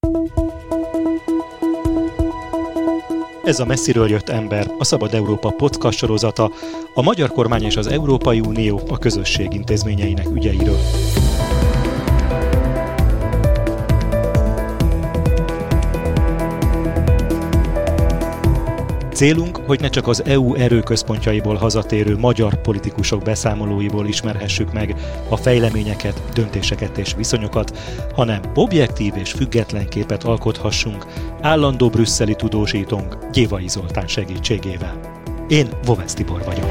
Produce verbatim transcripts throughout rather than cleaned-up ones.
Ez a Messziről jött ember, a Szabad Európa podcast sorozata, a magyar kormány és az Európai Unió a közösség intézményeinek ügyeiről. Célunk, hogy ne csak az é u erőközpontjaiból hazatérő magyar politikusok beszámolóiból ismerhessük meg a fejleményeket, döntéseket és viszonyokat, hanem objektív és független képet alkothassunk állandó brüsszeli tudósítónk Gyévai Zoltán segítségével. Én Vovesz Tibor vagyok.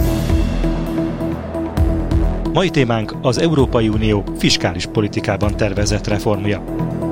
Mai témánk az Európai Unió fiskális politikában tervezett reformja.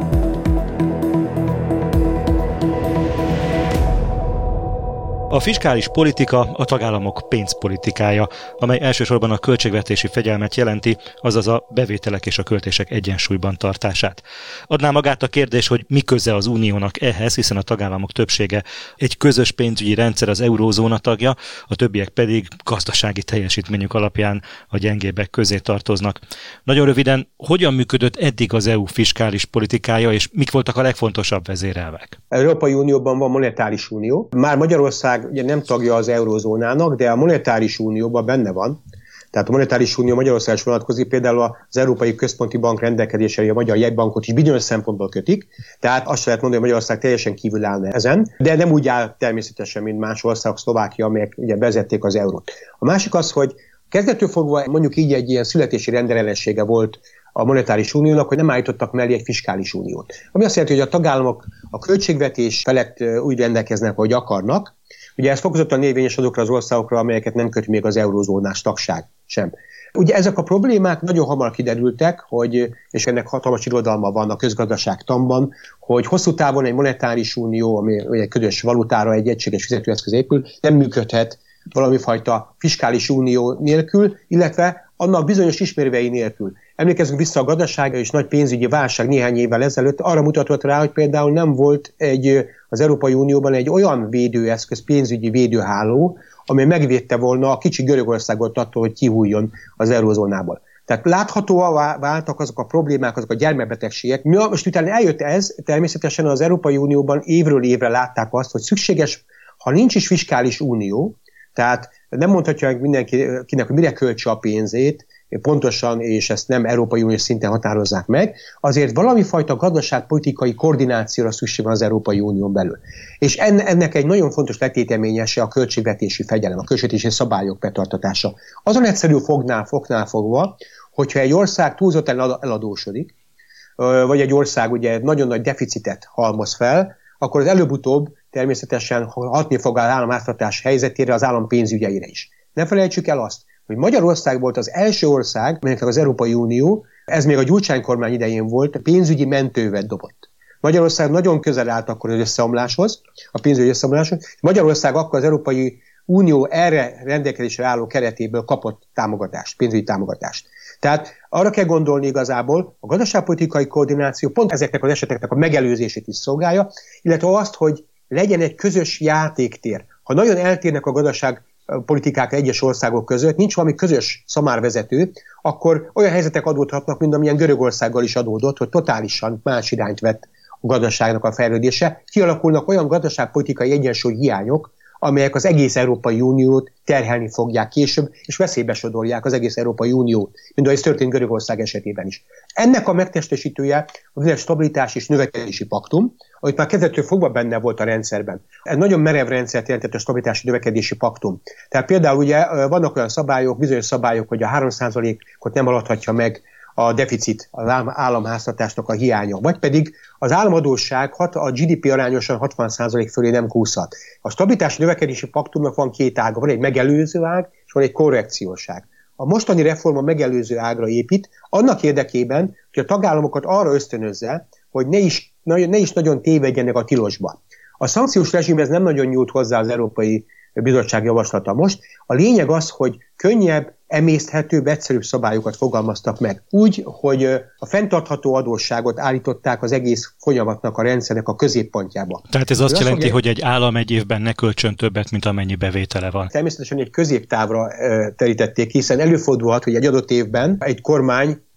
A fiskális politika a tagállamok pénzpolitikája, amely elsősorban a költségvetési fegyelmet jelenti, azaz a bevételek és a költések egyensúlyban tartását. Adná magát a kérdés, hogy mi köze az uniónak ehhez, hiszen a tagállamok többsége egy közös pénzügyi rendszer, az eurózóna tagja, a többiek pedig gazdasági teljesítményük alapján a gyengébbek közé tartoznak. Nagyon röviden, hogyan működött eddig az é u fiskális politikája, és mik voltak a legfontosabb vezérelvek? Az Európai Unióban van monetáris unió. Már Magyarország ugye nem tagja az eurózónának, de a monetáris unióban benne van. Tehát a monetáris unió Magyarország is vonatkozik, például az Európai Központi Bank rendelkezései a Magyar Jegybankot is bizonyos szempontból kötik. Tehát azt lehet mondani, hogy Magyarország teljesen kívül állna ezen, de nem úgy áll természetesen, mint más országok, Szlovákia, amelyek ugye vezették az eurót. A másik az, hogy kezdettől fogva mondjuk így egy ilyen születési rendellenessége volt a monetáris uniónak, hogy nem állítottak mellé egy fiskális uniót. Ami azt jelenti, hogy a tagállamok a költségvetés felett úgy rendelkeznek, hogy akarnak. Ugye ez fokozottan érvényes azokra az országokra, amelyeket nem köt még az eurózónás tagság sem. Ugye ezek a problémák nagyon hamar kiderültek, hogy, és ennek hatalmas irodalma van a közgazdaságtanban, hogy hosszú távon egy monetáris unió, ami egy közös valutára, egy egységes fizetőeszköz épül, nem működhet valami fajta fiskális unió nélkül, illetve annak bizonyos ismérvei nélkül. Emlékezzünk vissza a gazdasági és nagy pénzügyi válság néhány évvel ezelőtt, arra mutatott rá, hogy például nem volt egy, az Európai Unióban egy olyan védőeszköz, pénzügyi védőháló, amely megvédte volna a kicsi Görögországot attól, hogy kihújjon az eurózónából. Tehát láthatóan váltak azok a problémák, azok a gyermekbetegségek. Most utána eljött ez, természetesen az Európai Unióban évről évre látták azt, hogy szükséges, ha nincs is fiskális unió, tehát nem mondhatja meg mindenkinek, hogy mire költse a pénzét, pontosan, és ezt nem Európai Uniós szinten határozzák meg, azért valami fajta gazdaságpolitikai koordinációra szükség van az Európai Unión belül. És ennek egy nagyon fontos letéteményese a költségvetési fegyelem, a költségvetési szabályok betartatása. Azon egyszerű fognál, fognál fogva, hogyha egy ország túlzottan eladósodik, vagy egy ország ugye nagyon nagy deficitet halmoz fel, akkor az előbb-utóbb természetesen hatni fog az államháztartás helyzetére, az állam pénzügyeire is. Ne felejtsük el azt, hogy Magyarország volt az első ország, melynek az Európai Unió, ez még a Gyurcsány kormány idején volt, pénzügyi mentővet dobott. Magyarország nagyon közel állt akkor az összeomláshoz, a pénzügyi összeomláshoz. Magyarország akkor az Európai Unió erre rendelkezésre álló keretéből kapott támogatást, pénzügyi támogatást. Tehát arra kell gondolni igazából, a gazdaságpolitikai koordináció pont ezeknek az eseteknek a megelőzését is szolgálja, illetve azt, hogy legyen egy közös játéktér. Ha nagyon eltérnek a gazdaságpolitikák egyes országok között, nincs valami közös szamárvezető, akkor olyan helyzetek adódhatnak, mint amilyen Görögországgal is adódott, hogy totálisan más irányt vett a gazdaságnak a fejlődése. Kialakulnak olyan gazdaságpolitikai egyensúly hiányok, amelyek az egész Európai Uniót terhelni fogják később, és veszélybe sodorják az egész Európai Uniót, mint ahogy ez történt Görögország esetében is. Ennek a megtestesítője a stabilitás és növekedési paktum, amit már kezdettől fogva benne volt a rendszerben. Ez nagyon merev rendszert jelentett a stabilitási növekedési paktum. Tehát például ugye vannak olyan szabályok, bizonyos szabályok, hogy a három százalékot nem haladhatja meg a deficit, az államháztartásnak a hiánya, vagy pedig az államadósság a gé dé pé arányosan hatvan százalék fölé nem kúszhat. A stabilitási növekedési paktumnak van két ága, van egy megelőző ág, és van egy korrekciós ág. A mostani reform a megelőző ágra épít, annak érdekében, hogy a tagállamokat arra ösztönözze, hogy ne is, ne is nagyon tévedjenek a tilosba. A szankciós rezsimhez nem nagyon nyúlt hozzá az Európai Bizottság javaslata most. A lényeg az, hogy könnyebb, emészthetőbb, egyszerűbb szabályokat fogalmaztak meg. Úgy, hogy a fenntartható adósságot állították az egész folyamatnak, a rendszernek a középpontjába. Tehát ez azt jelenti, mondja, hogy egy állam egy évben ne költsön többet, mint amennyi bevétele van. Természetesen egy középtávra terítették, hiszen előfordulhat, hogy egy adott évben egy kormány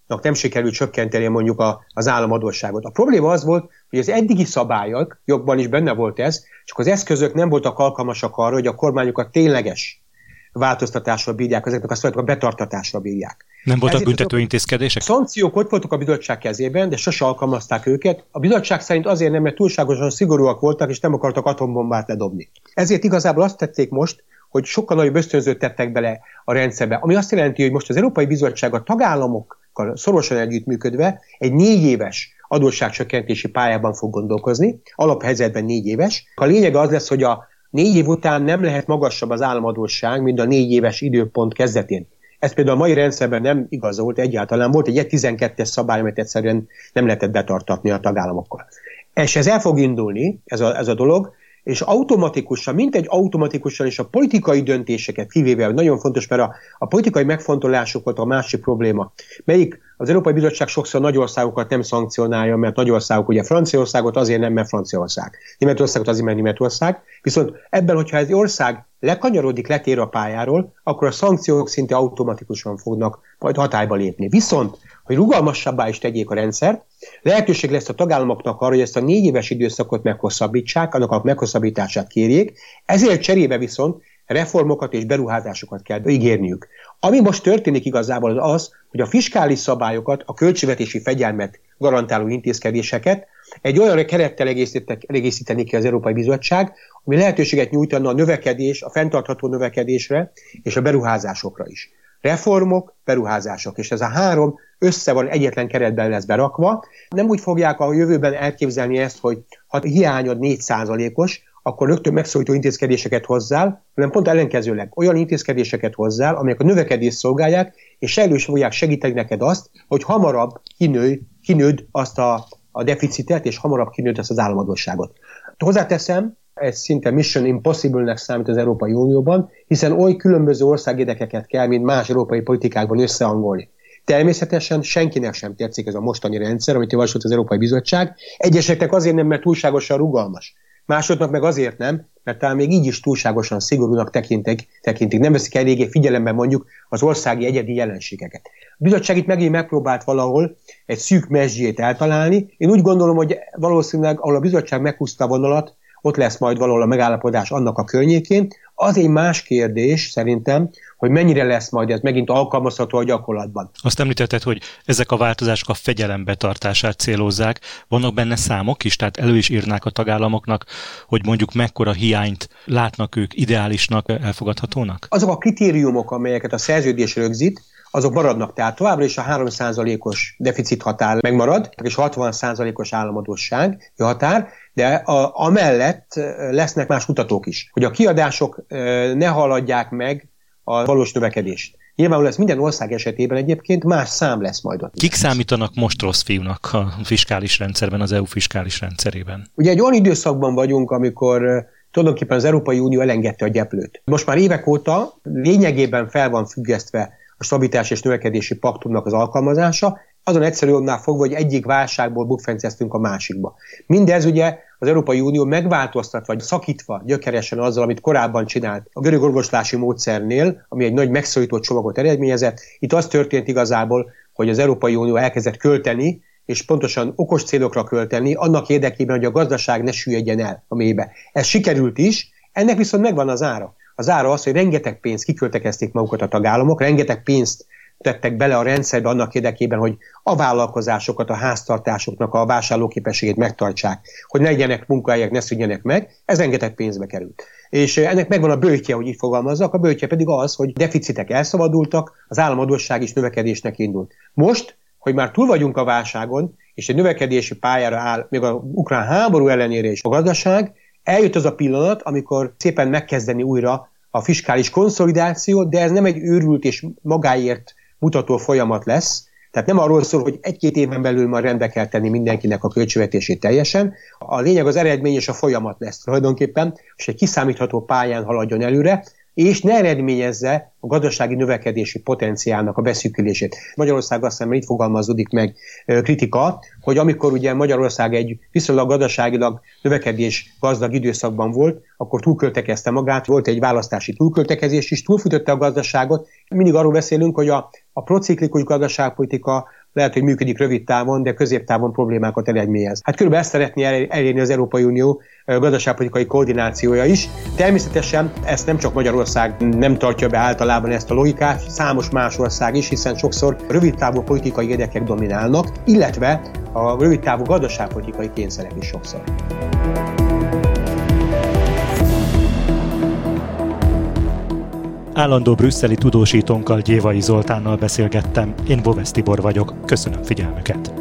nem sikerült csökkenteni mondjuk a, az államadósságot. A probléma az volt, hogy az eddigi szabályok, jogban is benne volt ez, csak az eszközök nem voltak alkalmasak arra, hogy a kormányokat tényleges változtatásra bírják, ezeknek a szabályoknak a betartatásra bírják. Nem voltak büntető intézkedések? Szankciók ott voltak a bizottság kezében, de sose alkalmazták őket. A bizottság szerint azért nem, mert túlságosan szigorúak voltak, és nem akartak atombombát ledobni. Ezért igazából azt tették most, hogy sokkal nagyobb ösztönzőt tettek bele a rendszerbe, ami azt jelenti, hogy most az Európai Bizottság a tagállamokkal szorosan együttműködve egy négy éves adósságcsökkentési pályában fog gondolkozni, alaphelyzetben négy éves. A lényeg az lesz, hogy a négy év után nem lehet magasabb az államadósság, mint a négy éves időpont kezdetén. Ez például a mai rendszerben nem igaz volt egyáltalán. Volt egy tizenkettes szabály, amit egyszerűen nem lehetett betartatni a tagállamokkal. És ez el fog indulni, ez a, ez a dolog, és automatikusan, mint egy automatikusan is a politikai döntéseket kivéve, nagyon fontos, mert a, a politikai megfontolások volt a másik probléma. Melyik az Európai Bizottság sokszor nagy országokat nem szankcionálja, mert nagy országok, ugye Franciaországot azért nem, mert Franciaország. Németországot azért, mert Németország. Viszont ebben, hogyha ez ország lekanyarodik, letér a pályáról, akkor a szankciók szinte automatikusan fognak majd hatályba lépni. Viszont, hogy rugalmasabbá is tegyék a rendszert, lehetőség lesz a tagállamoknak arra, hogy ezt a négy éves időszakot meghosszabbítsák, annak a meghosszabbítását kérjék, ezért cserébe viszont reformokat és beruházásokat kell ígérniük. Ami most történik igazából az az, hogy a fiskális szabályokat, a költségvetési fegyelmet garantáló intézkedéseket egy olyan kerettel egészíteni ki az Európai Bizottság, ami lehetőséget nyújtana a növekedés, a fenntartható növekedésre és a beruházásokra is. Reformok, beruházások, és ez a három össze van, egyetlen keretben lesz berakva. Nem úgy fogják a jövőben elképzelni ezt, hogy ha hiányod négy százalékos, akkor rögtön megszólító intézkedéseket hozzál, hanem pont ellenkezőleg olyan intézkedéseket hozzál, amelyek a növekedést szolgálják, és elős fogják segíteni neked azt, hogy hamarabb kinőj, kinőd azt a, a deficitet, és hamarabb kinőd azt az államadósságot. Hozzáteszem, ez szinte Mission Impossible-nek számít az Európai Unióban, hiszen oly különböző országérdekeket kell, mint más európai politikákban összehangolni. Természetesen senkinek sem tetszik ez a mostani rendszer, amit javasolt az Európai Bizottság. Egyeseknek azért nem, mert túlságosan rugalmas. Másodnak meg azért nem, mert talán még így is túlságosan szigorúnak tekintik, tekintik. Nem veszik eléggé figyelembe mondjuk az országi egyedi jelenségeket. A bizottság itt megint megpróbált valahol egy szűk mezsgyét eltalálni. Én úgy gondolom, hogy valószínűleg, ahol a bizottság meghúzta a vonalat, ott lesz majd valahol a megállapodás annak a környékén. Az egy más kérdés szerintem, hogy mennyire lesz majd ez megint alkalmazható a gyakorlatban. Azt említetted, hogy ezek a változások a fegyelem betartását célozzák. Vannak benne számok is, tehát elő is írnák a tagállamoknak, hogy mondjuk mekkora hiányt látnak ők ideálisnak, elfogadhatónak? Azok a kritériumok, amelyeket a szerződés rögzít, azok maradnak, tehát továbbra is a három százalékos deficit határ megmarad, és hatvan százalékos államadósság határ, de a, amellett lesznek más mutatók is, hogy a kiadások ne haladják meg a valós növekedést. Nyilvánvalóan ez minden ország esetében egyébként más szám lesz majd ott. Kik számítanak most rossz fiúnak a fiskális rendszerben, az é u fiskális rendszerében? Ugye egy olyan időszakban vagyunk, amikor tulajdonképpen az Európai Unió elengedte a gyeplőt. Most már évek óta lényegében fel van függesztve a stabilitás és növekedési paktumnak az alkalmazása, azon egyszerű oknál fogva, hogy egyik válságból bukfenceztünk a másikba. Mindez ugye az Európai Unió megváltoztatva, vagy szakítva gyökeresen azzal, amit korábban csinált a görög orvoslási módszernél, ami egy nagy megszorító csomagot eredményezett. Itt az történt igazából, hogy az Európai Unió elkezdett költeni, és pontosan okos célokra költeni, annak érdekében, hogy a gazdaság ne süllyedjen el a mélybe. Ez sikerült is, ennek viszont megvan az ára. Az ára az, hogy rengeteg pénzt kiköltekezték magukat a tagállamok, rengeteg pénzt tettek bele a rendszerbe annak érdekében, hogy a vállalkozásokat, a háztartásoknak a vásárlóképességét megtartsák, hogy ne legyenek munkahelyek, ne szűnjenek meg, ez rengeteg pénzbe került. És ennek megvan a böjtje, hogy így fogalmazzak, a böjtje pedig az, hogy deficitek elszabadultak, az államadósság is növekedésnek indult. Most, hogy már túl vagyunk a válságon, és egy növekedési pályára áll, még a ukrán háború ellenére is a gazdaság, eljött az a pillanat, amikor szépen megkezdeni újra a fiskális konszolidáció, de ez nem egy őrült és magáért mutató folyamat lesz. Tehát nem arról szól, hogy egy-két éven belül már rendbe kell tenni mindenkinek a költségvetését teljesen. A lényeg az eredmény és a folyamat lesz tulajdonképpen, és egy kiszámítható pályán haladjon előre, és ne eredményezze a gazdasági növekedési potenciálnak a beszűkülését. Magyarország azt hiszem, itt fogalmazódik meg kritika, hogy amikor ugye Magyarország egy viszonylag gazdaságilag növekedés gazdag időszakban volt, akkor túlköltekezte magát, volt egy választási túlköltekezés is, túlfűtötte a gazdaságot. Mindig arról beszélünk, hogy a, a prociklikus gazdaságpolitika lehet, hogy működik rövid távon, de középtávon problémákat eredményez. Hát körülbelül ezt szeretné elérni az Európai Unió gazdaságpolitikai koordinációja is. Természetesen ezt nem csak Magyarország nem tartja be általában ezt a logikát, számos más ország is, hiszen sokszor rövidtávú politikai érdekek dominálnak, illetve a rövidtávú gazdaságpolitikai kényszerek is sokszor. Állandó brüsszeli tudósítónkkal, Gyévai Zoltánnal beszélgettem. Én Bovesz Tibor vagyok. Köszönöm figyelmüket!